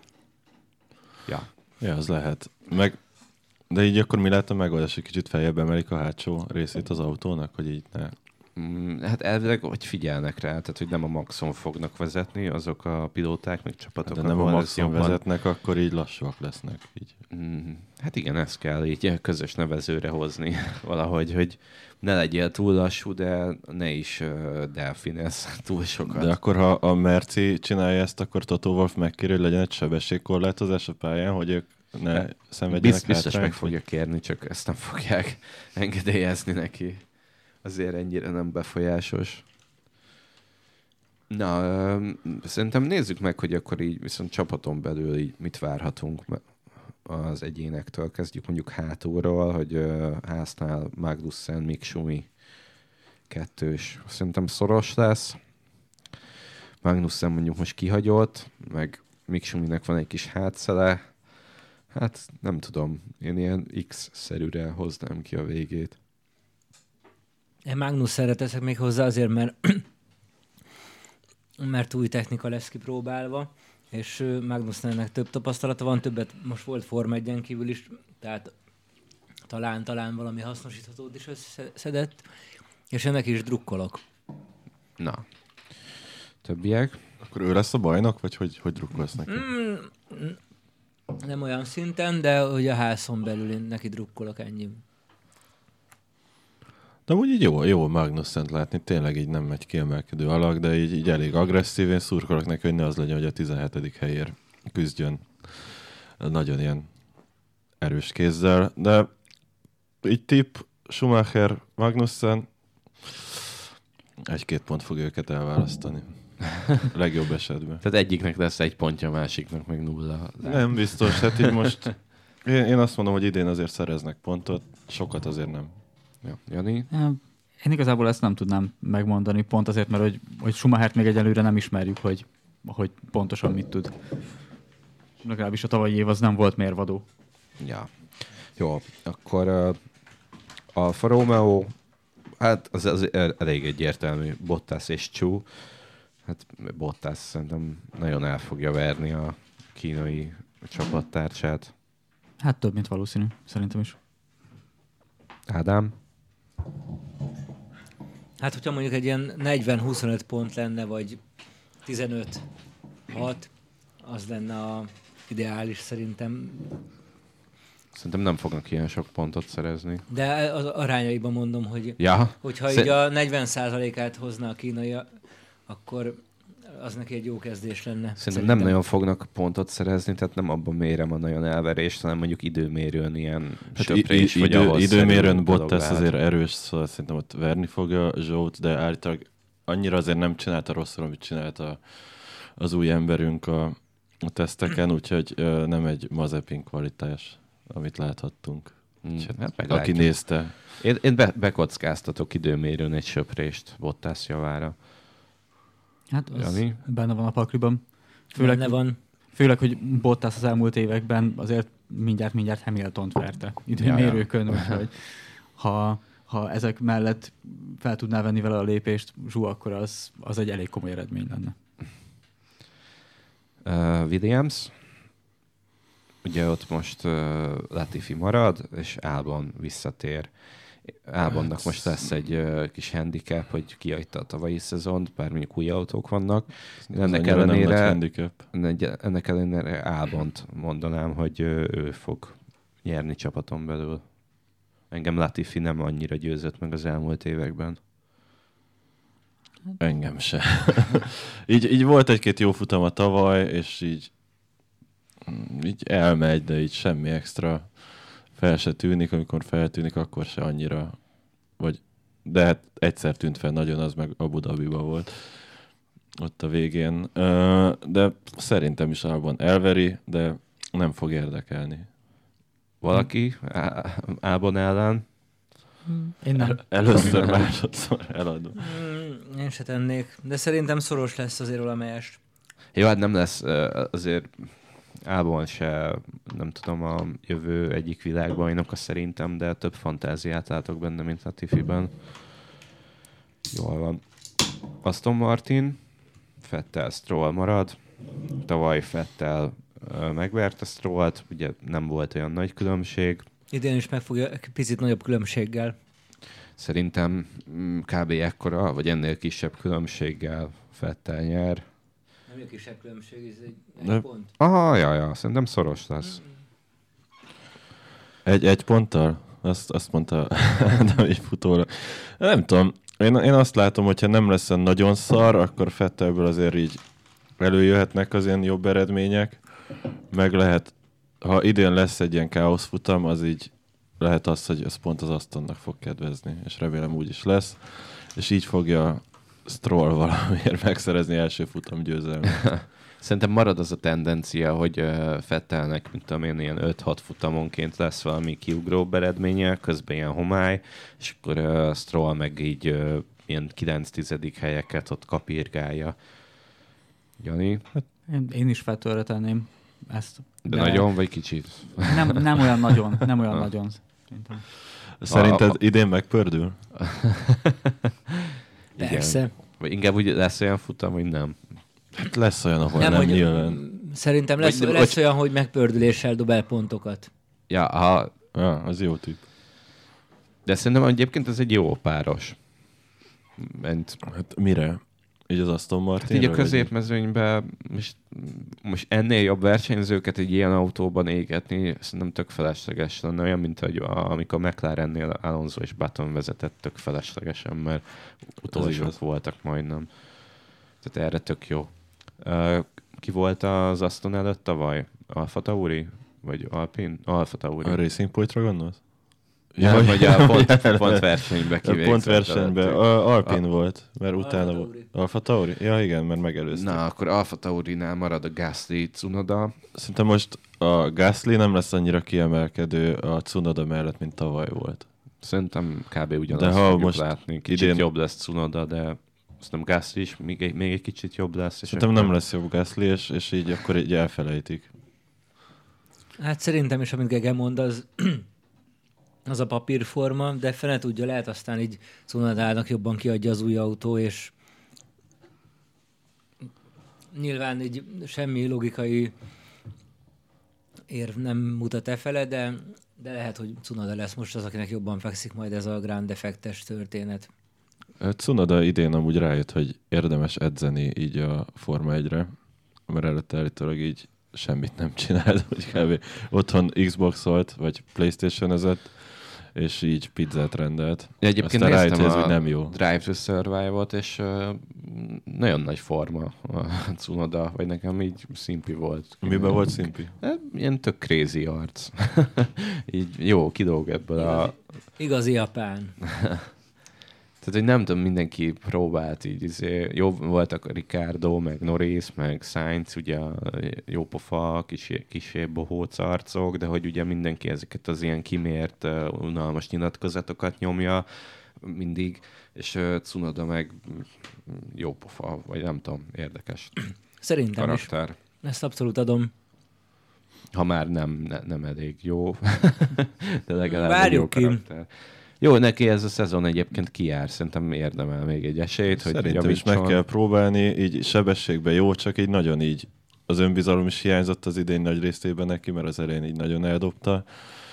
C: Ja,
B: az lehet. De így akkor mi lehet a megoldás, hogy kicsit feljebb emelik a hátsó részét az autónak, hogy így ne...
C: Hát elvileg, hogy figyelnek rá, tehát hogy nem a maxon fognak vezetni azok a pilóták, meg csapatok.
B: De nem a maxon vezetnek, akkor így lassúak lesznek. Így.
C: Hát igen, ezt kell így közös nevezőre hozni valahogy, hogy ne legyél túl lassú, de ne is delfinez túl sokat.
B: De akkor, ha a Merci csinálja ezt, akkor Toto Wolff megkér, hogy legyen egy sebességkorlátozás a pályán, hogy ők ne szenvedjenek
C: Biztos meg fogja kérni, csak ezt nem fogják engedélyezni neki. Azért ennyire nem befolyásos. Na, szerintem nézzük meg, hogy akkor így viszont csapaton belül így mit várhatunk az egyénektől. Kezdjük mondjuk hátulról, hogy Háznál Magnussen, Mick Schumacher kettős. Szerintem szoros lesz. Magnussen mondjuk most kihagyott, meg Mick Schumachernek van egy kis hátszele. Hát nem tudom, én ilyen X-szerűre hoznám ki a végét.
E: Én Magnussenre teszek még hozzá azért, mert új technika lesz kipróbálva, és Magnussennek több tapasztalata van, többet most volt Form 1-en kívül is, tehát talán valami hasznosíthatót is összeszedett, és ennek is drukkolok.
C: Na, többiek?
B: Akkor ő lesz a bajnok, vagy hogy drukkolsz neki?
E: Nem olyan szinten, de hogy a házon belül én neki drukkolok, ennyi.
B: De úgy így jó Magnussent látni, tényleg így nem egy kiemelkedő alak, de így elég agresszív, én szurkolok neki, hogy ne az legyen, hogy a 17. helyért küzdjön nagyon ilyen erős kézzel, de így tipp Schumacher, Magnussen 1-2 pont fog őket elválasztani. Legjobb esetben.
C: Tehát egyiknek lesz 1 pontja, a másiknak meg 0.
B: Nem biztos, hát így most Én azt mondom, hogy idén azért szereznek pontot, sokat azért nem.
C: Ja. Jani?
D: Én igazából ezt nem tudnám megmondani, pont azért, mert hogy Schumachert még egyelőre nem ismerjük, hogy pontosan mit tud. Legalábbis a tavalyi év az nem volt mérvadó.
C: Ja. Jó, akkor Alfa Romeo, hát az elég egyértelmű, Bottas és Chu. Hát Bottas szerintem nagyon el fogja verni a kínai csapattársát.
D: Hát több, mint valószínű, szerintem is.
C: Ádám?
E: Hát, hogyha mondjuk egy ilyen 40-25 pont lenne, vagy 15-6, az lenne a ideális szerintem.
C: Szerintem nem fognak ilyen sok pontot szerezni.
E: De az arányaiban mondom, hogy
C: Ja.
E: hogyha így a 40%-át hozna a kínai, akkor az neki egy jó kezdés lenne.
C: Szerintem nem nagyon fognak pontot szerezni, tehát nem abban mérem a nagyon elverést, hanem mondjuk időmérőn ilyen söprés, vagy ahol
B: időmérőn Bottas azért erős, szóval szerintem ott verni fogja Zsót, de állítólag annyira azért nem csinálta rosszul, amit csinált az új emberünk a teszteken, úgyhogy nem egy Mazepin kvalitás, amit láthattunk.
C: Hát
B: aki nézte.
C: Én bekockáztatok időmérőn egy söprést Bottas javára.
D: Hát az
C: Jani?
D: benne van a pakliban. Főleg, hogy Bottas az elmúlt években azért mindjárt Hamiltont verte időmérőkön, úgyhogy ha ezek mellett fel tudná venni vele a lépést Zsú, akkor az egy elég komoly eredmény lenne.
C: Williams. Ugye ott most Latifi marad, és Albon visszatér. Albonnak most lesz egy kis handicap, hogy kihagyta a tavalyi szezont, bár mondjuk új autók vannak. Ennek ellenére Albont mondanám, hogy ő fog nyerni csapaton belül. Engem Latifi nem annyira győzött meg az elmúlt években.
B: Engem se. így volt egy-két jó futama tavaly, és így elmegy, de így semmi extra fel se tűnik, amikor feltűnik, akkor se annyira. De hát egyszer tűnt fel nagyon, az meg Abu Dhabiba volt ott a végén. De szerintem is Albon elveri, de nem fog érdekelni.
C: Valaki Albon ellen?
D: Én nem.
B: Először, másodszor eladom.
E: Én se tennék, de szerintem szoros lesz azért valamelyest.
C: Jó, hát nem lesz azért Albon se, nem tudom, a jövő egyik világbajnoka szerintem, de több fantáziát látok benne, mint Latifiben. Jól van. Aston Martin, Vettel, Stroll marad. Tavaly Vettel megverte Strollt, ugye nem volt olyan nagy különbség.
E: Idén is meg fogja picit nagyobb különbséggel.
C: Szerintem kb. Ekkora, vagy ennél kisebb különbséggel Vettel nyer.
E: Nem egy kisebb különbség, ez egy pont.
C: Aha, ja, szerintem szoros lesz.
B: Egy ponttal? Azt mondta, de így futóra. Nem tudom, én azt látom, hogyha nem lesz nagyon szar, akkor Vettelből azért így előjöhetnek az ilyen jobb eredmények. Meg lehet, ha idén lesz egy ilyen káosz futam, az így lehet az, hogy ez pont az Astonnak fog kedvezni, és remélem úgy is lesz. És így fogja Stroll valamiért megszerezni első futam győzelmet.
C: Szerintem marad az a tendencia, hogy Vettelnek, mint tudom én, ilyen 5-6 futamonként lesz valami kiugróbb eredménye, közben ilyen homály, és akkor Stroll meg így ilyen 9-10. helyeket ott kapirgálja. Jani?
D: Én is Vettelre tenném ezt.
C: De nagyon, vagy kicsit?
D: Nem olyan nagyon. Szerintem.
B: Szerinted idén megpördül?
E: Persze.
C: Vagy inkább úgy lesz olyan futam, hogy nem.
B: Hát lesz olyan, ahol nem nyilván.
E: Szerintem lesz olyan, hogy megpördüléssel dob el pontokat.
C: Ja,
B: az jó tipp.
C: De szerintem egyébként ez egy jó páros.
B: Hát mire? Így az Aston Martin?
C: Hát így a középmezőnyben most ennél jobb versenyzőket egy ilyen autóban égetni szerintem tök felesleges lenne. Olyan, mint hogy amikor McLarennél Alonso és Button vezetett, tök feleslegesen, mert utolsók voltak majdnem. Tehát erre tök jó. Ki volt az Aston előtt tavaly? Alfa Tauri? Vagy Alpine? Alfa Tauri.
B: A Racing Point-ra gondolsz?
C: Nem, vagy a pontversenybe kivégzett.
B: Pontversenybe. Alpine volt, mert utána volt. Alfa Tauri? Ja igen, mert megelőzték.
C: Na, akkor Alfa Taurinál marad a Gasly, Tsunoda.
B: Szerintem most a Gasly nem lesz annyira kiemelkedő a Tsunoda mellett, mint tavaly volt.
C: Szerintem kb. Ugyanazt
B: De ha
C: fogjuk
B: most
C: látni. Kicsit
B: idén-
C: jobb lesz Tsunoda, de szerintem Gasly is még egy kicsit jobb lesz. És
B: Szerintem
C: akkor-
B: nem lesz jobb Gasly, és így akkor így elfelejtik.
E: Hát szerintem is, amit Gege mond, az a papírforma, de fene tudja, lehet aztán így Cunodának jobban kiadja az új autó, és nyilván így semmi logikai érv nem mutat efele, de lehet, hogy Cunoda lesz most az, akinek jobban fekszik majd ez a Grand Defektes történet.
B: Tsunoda idén amúgy rájött, hogy érdemes edzeni így a Forma 1-re, mert előtte állítólag így semmit nem csinált, hogy kb. Otthon Xbox-olt, vagy PlayStation-ezett, és így pizzát rendelt.
C: Ja, egyébként
B: Aztán rájött,
C: néztem
B: hogy ez
C: a
B: úgy nem jó.
C: Drive to Survive-ot, és nagyon nagy forma a Tsunoda, vagy nekem így szimpi volt.
B: Miben volt szimpi?
C: Ilyen tök crazy arc. Így jó, kidolg ebből a...
E: Igazi japán.
C: Tehát, hogy nem tudom, mindenki próbált így, jó voltak a Ricardo, meg Norris, meg Sainz, ugye jópofa, kisé bohóc arcok, de hogy ugye mindenki ezeket az ilyen kimért, unalmas nyilatkozatokat nyomja mindig, és Tsunoda meg jópofa, vagy nem tudom, érdekes
E: Szerintem
C: karakter.
E: is. Ezt abszolút adom.
C: Ha már nem elég jó, de legalább
E: Várjuk
C: egy jó
E: ki.
C: karakter. Jó, neki ez a szezon egyébként kijár, szerintem érdemel még egy esélyt, hogy
B: Szerintem is
C: javítson.
B: meg kell próbálni, így sebességben jó, csak így nagyon így az önbizalom is hiányzott az idén nagy részében neki, mert az elején így nagyon eldobta.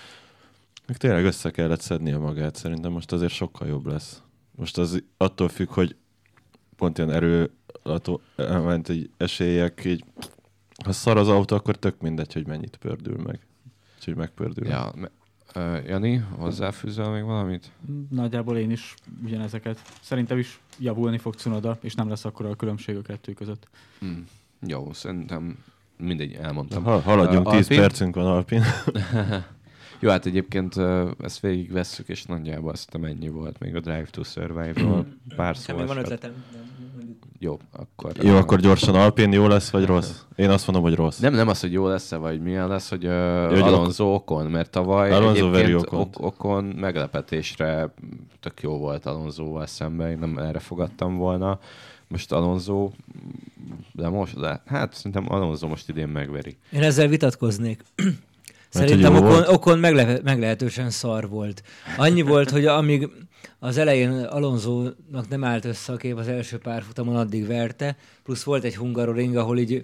B: Még tényleg össze kellett szednie magát, szerintem most azért sokkal jobb lesz. Most az attól függ, hogy pont ilyen ment egy esélyek, így ha szar az autó, akkor tök mindegy, hogy mennyit pördül meg. Úgyhogy megpördül.
C: Ja, Jani, hozzáfűzöl még valamit?
D: Nagyjából én is ugyanezeket. Szerintem is javulni fog Tsunoda, és nem lesz akkora a különbség a kettő között.
C: Jó, szerintem mindegy, elmondtam.
B: Haladjunk, 10
C: Alpin?
B: percünk van Alpin.
C: Jó, hát egyébként ezt végigvesszük, és nagyjából azt ennyi volt még a Drive to Survive-ról. Pár szó
E: Nekem még van
C: esett.
E: ötletem.
C: Jó, akkor...
B: Jó, akkor gyorsan Alpin jó lesz, vagy rossz? Én azt mondom, hogy rossz.
C: Nem az, hogy jó lesz-e, vagy milyen lesz, hogy
B: hogy
C: Alonso Ocon, mert tavaly
B: Alonso veri
C: egyébként
B: Ocont.
C: Ocon meglepetésre tök jó volt Alonsoval szemben, én nem erre fogadtam volna. Most Alonso, de hát szerintem Alonso most idén megveri.
E: Én ezzel vitatkoznék.
B: Mert
E: Szerintem
B: hogy jó volt?
E: Ocon meglehetősen szar volt. Annyi volt, hogy amíg az elején Alonsónak nem állt össze a kép az első párfutamon, addig verte, plusz volt egy Hungaroring, ahol így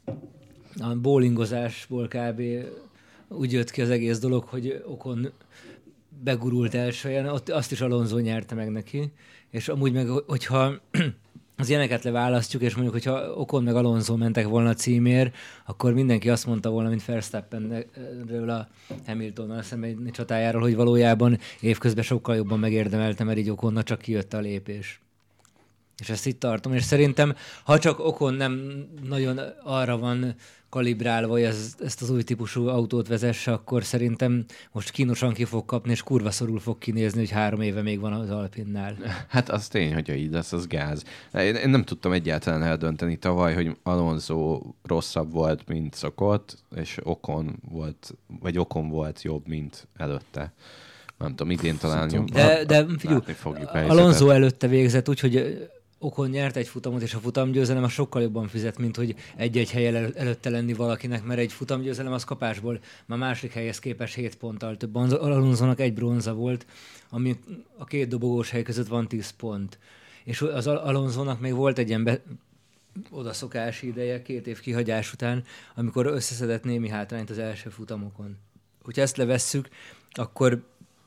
E: a bowlingozásból kb. Úgy jött ki az egész dolog, hogy Ocon begurult első helyen, ott azt is Alonso nyerte meg neki, és amúgy meg, hogyha az ilyeneket leválasztjuk, és mondjuk, hogyha Ocon meg Alonso mentek volna a címért, akkor mindenki azt mondta volna, mint Verstappenről a Hamiltonnal szemben egy csatájáról, hogy valójában évközben sokkal jobban megérdemelte, mert így Oconna csak kijött a lépés. És ezt itt tartom, és szerintem, ha csak Ocon nem nagyon arra van kalibrálva, hogy ezt az új típusú autót vezesse, akkor szerintem most kínosan ki fog kapni, és kurva szorul fog kinézni, hogy 3 éve még van az Alpinnál.
C: Hát az tény, hogyha így lesz, az gáz. Én nem tudtam egyáltalán eldönteni tavaly, hogy Alonso rosszabb volt, mint szokott, és Ocon volt jobb, mint előtte. Nem tudom, idén talán jobb.
E: De figyelj,
C: fogjuk
E: Alonso előtte végzett úgy, hogy Ocon nyert egy futamot, és a futamgyőzelem az sokkal jobban fizet, mint hogy egy-egy helyen előtte lenni valakinek, mert egy futamgyőzelem az kapásból már második helyhez képest 7 ponttal több. Alonsónak 1 bronza volt, ami a 2 dobogós hely között van 10 pont. És az Alonsónak még volt egy ilyen odaszokási ideje 2 év kihagyás után, amikor összeszedett némi hátrányt az első futamokon. Hogyha ezt levesszük, akkor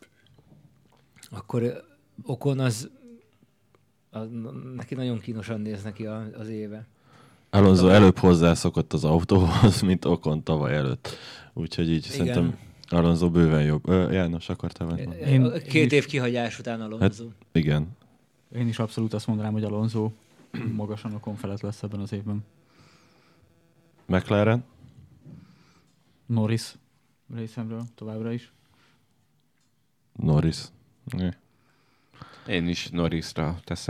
E: Ocon neki nagyon kínosan néz neki az éve.
B: Alonso előbb hozzászokott az autóhoz, mint Ocon tavaly előtt. Úgyhogy így
E: igen.
B: Szerintem Alonso bőven jobb. János, akartál mondani?
E: 2 év kihagyás után Alonso.
B: Igen.
D: Én is abszolút azt mondanám, hogy Alonso magasan Ocon felett lesz ebben az évben.
B: McLaren?
D: Norris részemről továbbra is.
B: Norris.
C: Én is Norrisra teszek.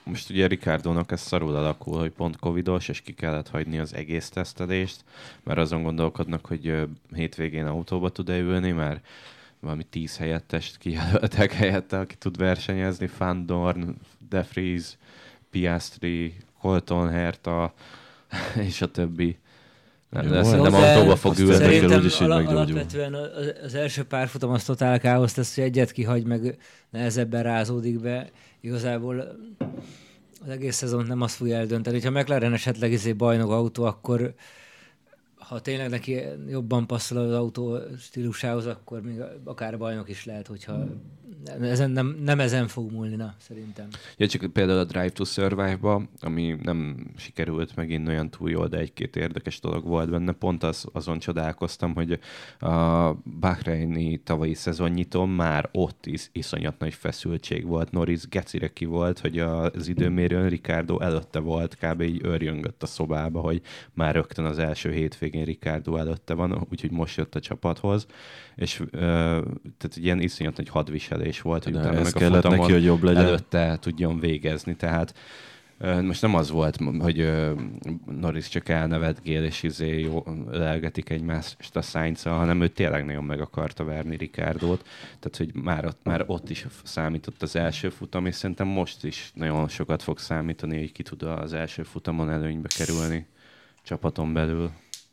C: most ugye Ricardónak ez szarul alakul, hogy pont covidos, és ki kellett hagyni az egész tesztelést, mert azon gondolkodnak, hogy hétvégén autóba tud-e ülni, mert valami 10 helyettest kijelöltek helyette, aki tud versenyezni, Van Dorn, De Vries, Piastri, Colton Herta, és a többi. Nem autóba fog ülni.
E: Szerintem
B: úgyis így meggyógyul.
E: alapvetően az első párfutam az totál káosz lesz, hogy egyet kihagy, meg nehezebben rázódik be. Igazából az egész szezont nem azt fogja eldönteni. Ha McLaren esetleg bajnok autó, akkor ha tényleg neki jobban passzol az autó stílusához, akkor még akár bajnok is lehet, hogyha nem ezen fog múlni, szerintem.
C: Ja, csak például a Drive to Survive-ba, ami nem sikerült megint olyan túl jól, de egy-két érdekes dolog volt benne. Pont azon csodálkoztam, hogy a Bahreini tavalyi szezonnyitón már ott iszonyat nagy feszültség volt. Norris gecire ki volt, hogy az időmérőn Ricciardo előtte volt, kb. Így őrjöngött a szobába, hogy már rögtön az első hétvégén Ricciardo előtte van, úgyhogy most jött a csapathoz. És tehát ilyen iszonyat nagy hadviselés volt, hogy utána meg a futamon neki, hogy jobb legyen. Előtte tudjon végezni. Tehát most nem az volt, hogy Norris csak elnevetgél, és lelgetik egymást a Sainz-al, hanem ő tényleg nagyon meg akarta verni Ricciardót. Tehát, hogy már ott is számított az első futam, és szerintem most is nagyon sokat fog számítani, hogy ki tud az első futamon előnybe kerülni csapaton belül.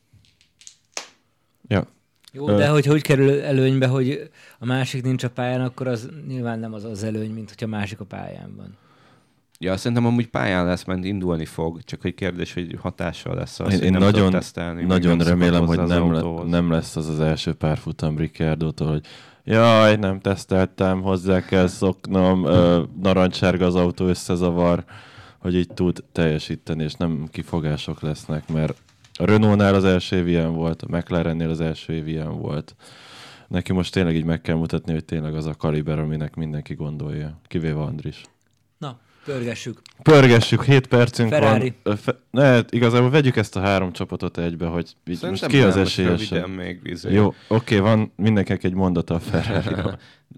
B: Ja.
E: Jó, de hogy kerül előnybe, hogy a másik nincs a pályán, akkor az nyilván nem az előny, mint hogyha a másik a pályán van.
C: Ja, szerintem amúgy pályán lesz, mert indulni fog, csak hogy kérdés, hogy hatással lesz az,
B: én
C: nem
B: nagyon,
C: tesztelni.
B: nagyon remélem, hogy nem lesz az első párfutam Ricciardótól, hogy jaj, nem teszteltem, hozzá kell szoknom, narancsárga az autó, összezavar, hogy így tud teljesíteni, és nem kifogások lesznek, mert a Renault-nál az első év ilyen volt, a McLarennél az első év ilyen volt. Neki most tényleg így meg kell mutatni, hogy tényleg az a kaliber, aminek mindenki gondolja. Kivéve Andris.
E: Na, pörgessük.
B: Pörgessük, 7 percünk
E: Ferrari.
B: van. Igazából vegyük ezt a 3 csapatot egybe, hogy így most ki az esélyes. Jó, oké, van mindenkinek egy mondata a Ferrari-ról.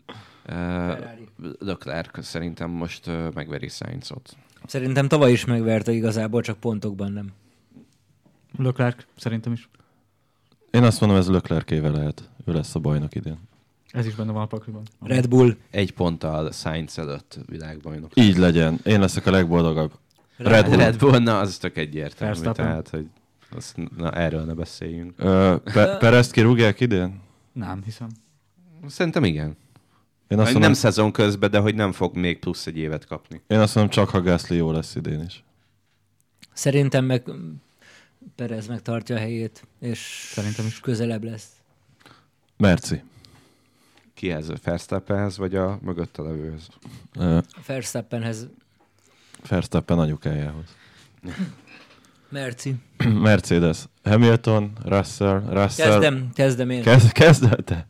C: Leclerc szerintem most megveri Sainzot.
E: Szerintem tavaly is megverte igazából, csak pontokban nem.
D: Leclerc, szerintem is.
B: Én azt mondom, ez Leclerc-ével lehet. Ő lesz a bajnok idén.
D: Ez is benne van a pakliban.
E: Red Bull.
C: 1 ponttal Sainz előtt világbajnok.
B: Így legyen. Én leszek a legboldogabb.
C: Red Bull, na az tök egyértelmű.
D: Verstappen.
C: Tehát, hogy erről ne beszéljünk.
B: Perezt kirúgják idén?
D: Nem, hiszem.
C: Szerintem igen.
B: Én azt
C: Nem
B: mondom,
C: szezon közben, de hogy nem fog még plusz egy évet kapni.
B: én azt mondom, csak ha Gasly jó lesz idén is.
E: Szerintem meg Perez megtartja a helyét, és
D: Szerintem is
E: közelebb lesz.
B: Merci.
C: Kihez? Verstappenhez, vagy a mögötte levőhöz?
E: Verstappenhez.
B: Verstappen anyukájához.
E: Merci.
B: Mercedes. Hamilton, Russell.
E: Kezdem én.
B: Kezded te?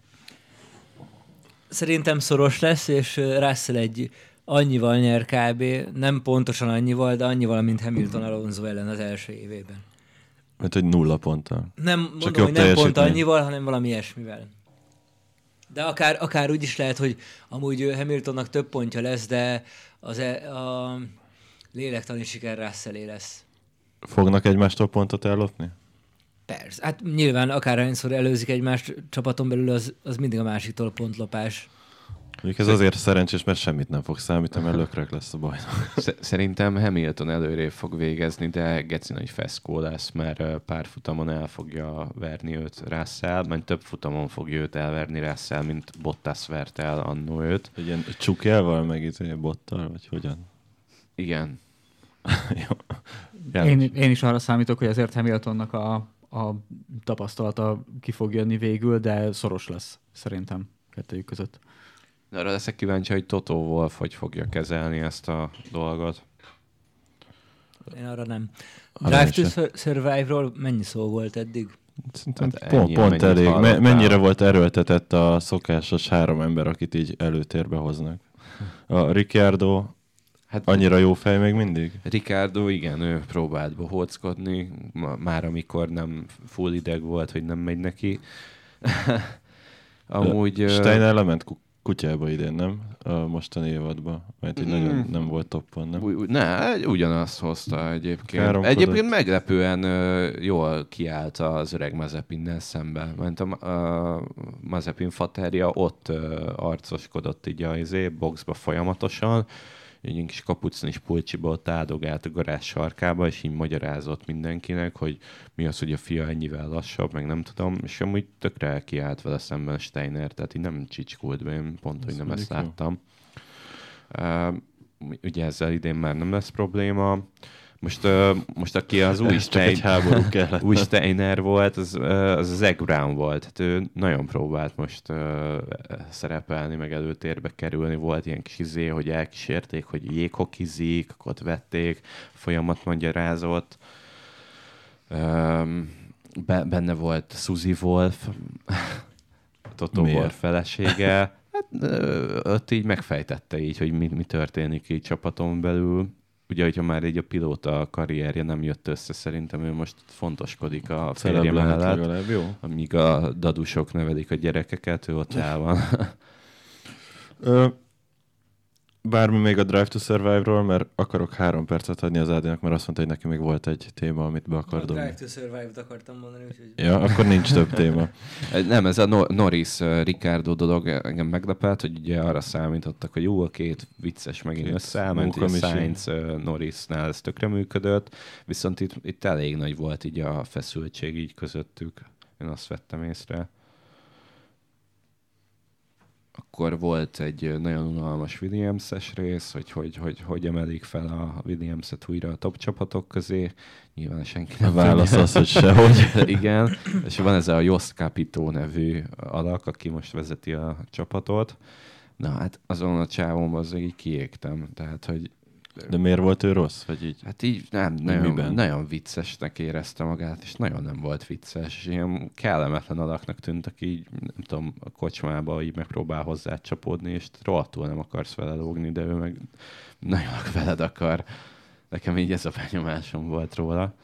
E: Szerintem szoros lesz, és Russell egy annyival nyer kb. Nem pontosan annyival, de annyival, mint Hamilton Alonso ellen az első évében.
B: Mert hogy 0 ponttal.
E: Nem
B: Csak
E: mondom,
B: jobb
E: hogy nem pont
B: teljesítmény.
E: annyival, hanem valami ilyesmivel. De akár úgy is lehet, hogy amúgy Hamiltonnak több pontja lesz, de a lélektani siker Russellé lesz.
B: Fognak egymástól pontot ellopni?
E: Persze. Hát nyilván akárhányszor előzik egymást csapaton belül, az mindig a másiktól pontlopás.
B: Mondjuk ez azért szerencsés, mert semmit nem fog számítani, mert Leclerc lesz a bajnok.
C: Szerintem Hamilton előrébb fog végezni, de geci nagy feszkó lesz, mert pár futamon el fogja verni őt Russell, majd több futamon fogja őt elverni Russell, mint Bottas vert el annó őt.
B: Egy ilyen csukjával, meg bottal, vagy hogyan?
C: Igen.
B: Jó.
D: Én is arra számítok, hogy azért Hamiltonnak a tapasztalata ki fog jönni végül, de szoros lesz szerintem kettőjük között.
C: Arra leszek kíváncsi, hogy Toto Wolff hogy fogja kezelni ezt a dolgot.
E: Én arra nem. Drive to Survive-ról mennyi szó volt eddig?
B: Szerintem
C: Hát
B: pont elég.
C: hallottál?
B: Mennyire volt erőltetett a szokásos 3 ember, akit így előtérbe hoznak? A Ricciardo
C: Hát
B: annyira jó fej még mindig?
C: Ricciardo, igen, ő próbált bohóckodni, már amikor nem full ideg volt, hogy nem megy neki. Amúgy...
B: Steiner lement kutyába idén, nem? A mostani évadban. Mert így nagyon nem volt toppon, nem?
C: Ugyanazt hozta egyébként.
B: Káromkodott.
C: Egyébként meglepően jól kiállt az öreg Mazepinnel szemben. Mert a Mazepin faterja ott arcoskodott így a boxba folyamatosan, egy kis kapucnis pulcsiból ott áldogált a garázs sarkába, és így magyarázott mindenkinek, hogy mi az, hogy a fia ennyivel lassabb, meg nem tudom, és amúgy tökre kiállt vele szemben Steiner, tehát így nem csicskult be, én pont, hogy nem ezt láttam. Ugye ezzel idén már nem lesz probléma. Most aki az új Steiner volt, az Zach Brown volt. Hát ő nagyon próbált most szerepelni, meg előtérbe kerülni. Volt ilyen kis hogy elkísérték, hogy jéghokizik, akkor ott vették, folyamat magyarázott. Benne volt Suzy Wolf, Toto Wolff felesége. Hát, ott így megfejtette így, hogy mi történik így csapaton belül. Ugye, hogyha már így a pilóta karrierje nem jött össze, szerintem ő most fontoskodik a férje mellett, amíg a dadusok nevelik a gyerekeket, ő ott el van.
B: Bármi még a Drive to Survive-ról, mert akarok 3 percet adni az Ádinak, mert azt mondta, hogy neki még volt egy téma, amit be akar dobni.
E: A Drive to Survive-t akartam mondani, úgyhogy...
B: Ja, akkor nincs több téma.
C: Nem, ez a Norris-Ricardo dolog engem meglepett, hogy ugye arra számítottak, hogy a két vicces megint összeállment, hogy a Sainz-Norrisnál ez tökre működött, viszont itt elég nagy volt így a feszültség így közöttük. Én azt vettem észre. Akkor volt egy nagyon unalmas Williams-es rész, hogy emelik fel a Williams-et újra a top csapatok közé. Nyilván senki nem
B: válasz az, hogy sehogy.
C: Igen, és van ez a Jost Capito nevű alak, aki most vezeti a csapatot. Na hát azon a csávon az így kiégtem, tehát hogy...
B: De miért volt ő rossz? Vagy így?
C: Hát így nem, nagyon viccesnek érezte magát, és nagyon nem volt vicces, és ilyen kellemetlen alaknak tűnt, aki így, nem tudom, a kocsmába így megpróbál hozzá csapódni, és rohadtul nem akarsz vele lógni, de ő meg nagyon veled akar. Nekem így ez a benyomásom volt róla.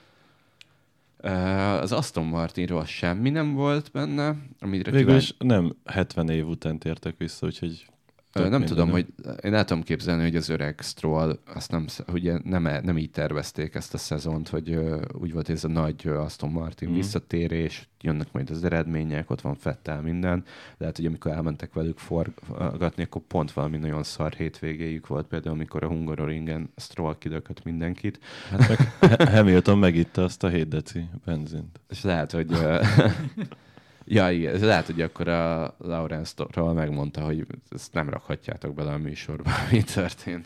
C: Az Aston Martinról semmi nem volt benne.
B: Végülis nem 70 év után tértek vissza, úgyhogy...
C: Nem tudom, hogy én el tudom képzelni, hogy az öreg Stroll, azt ugye nem így tervezték ezt a szezont, hogy úgy volt ez a nagy Aston Martin visszatérés, jönnek majd az eredmények, ott van Vettel minden, de hát, hogy amikor elmentek velük forgatni, akkor pont valami nagyon szar hétvégéjük volt, például amikor a Hungaroringen Stroll kidökött mindenkit.
B: Hát meg Hamilton megitta azt a 7 deci benzint.
C: És lehet, hogy... Ja, igen. Lehet, hogy akkor a Lawrence Stroll megmondta, hogy ezt nem rakhatjátok bele a műsorba, mi történt.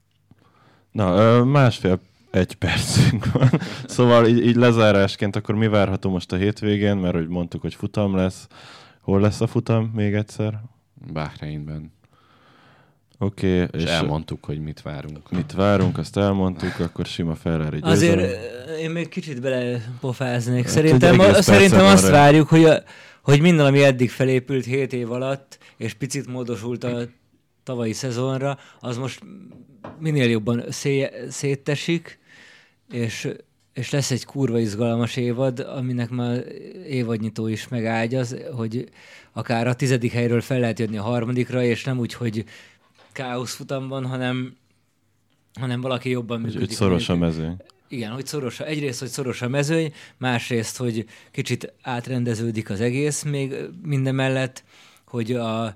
B: Na, 1,5 percünk van. Szóval így lezárásként akkor mi várható most a hétvégén, mert hogy mondtuk, hogy futam lesz. Hol lesz a futam még egyszer?
C: Bahreinben.
B: Oké.
C: És elmondtuk, hogy mit várunk.
B: Mit várunk, azt elmondtuk, akkor sima Ferrari győzelem.
E: Azért én még kicsit belepofáznék. Szerintem azt várjuk, hogy minden, ami eddig felépült 7 év alatt, és picit módosult a tavalyi szezonra, az most minél jobban széttesik, és lesz egy kurva izgalmas évad, aminek már évadnyitó is megágyaz, hogy akár a 10. helyről fel lehet jönni a 3-ra, és nem úgy, hogy káoszfutamban, hanem valaki jobban működik.
B: Hogy szoros a mezőny.
E: Igen, hogy egyrészt, hogy szoros a mezőny, másrészt, hogy kicsit átrendeződik az egész, még minden mellett, hogy a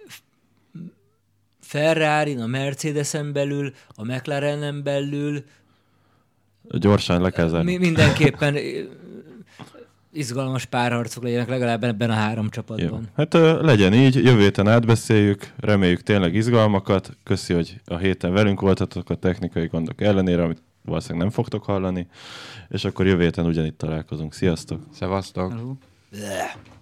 E: Ferrarin, a Mercedesen belül, a McLarenen belül
B: gyorsan le kell zárni.
E: Mindenképpen izgalmas párharcok legyenek legalább ebben a 3 csapatban.
B: Jó. Hát legyen így, jövő héten átbeszéljük, reméljük tényleg izgalmakat. Köszi, hogy a héten velünk voltatok a technikai gondok ellenére, amit valószínűleg nem fogtok hallani, és akkor jövő héten ugyanitt találkozunk. Sziasztok!
C: Szevasztok!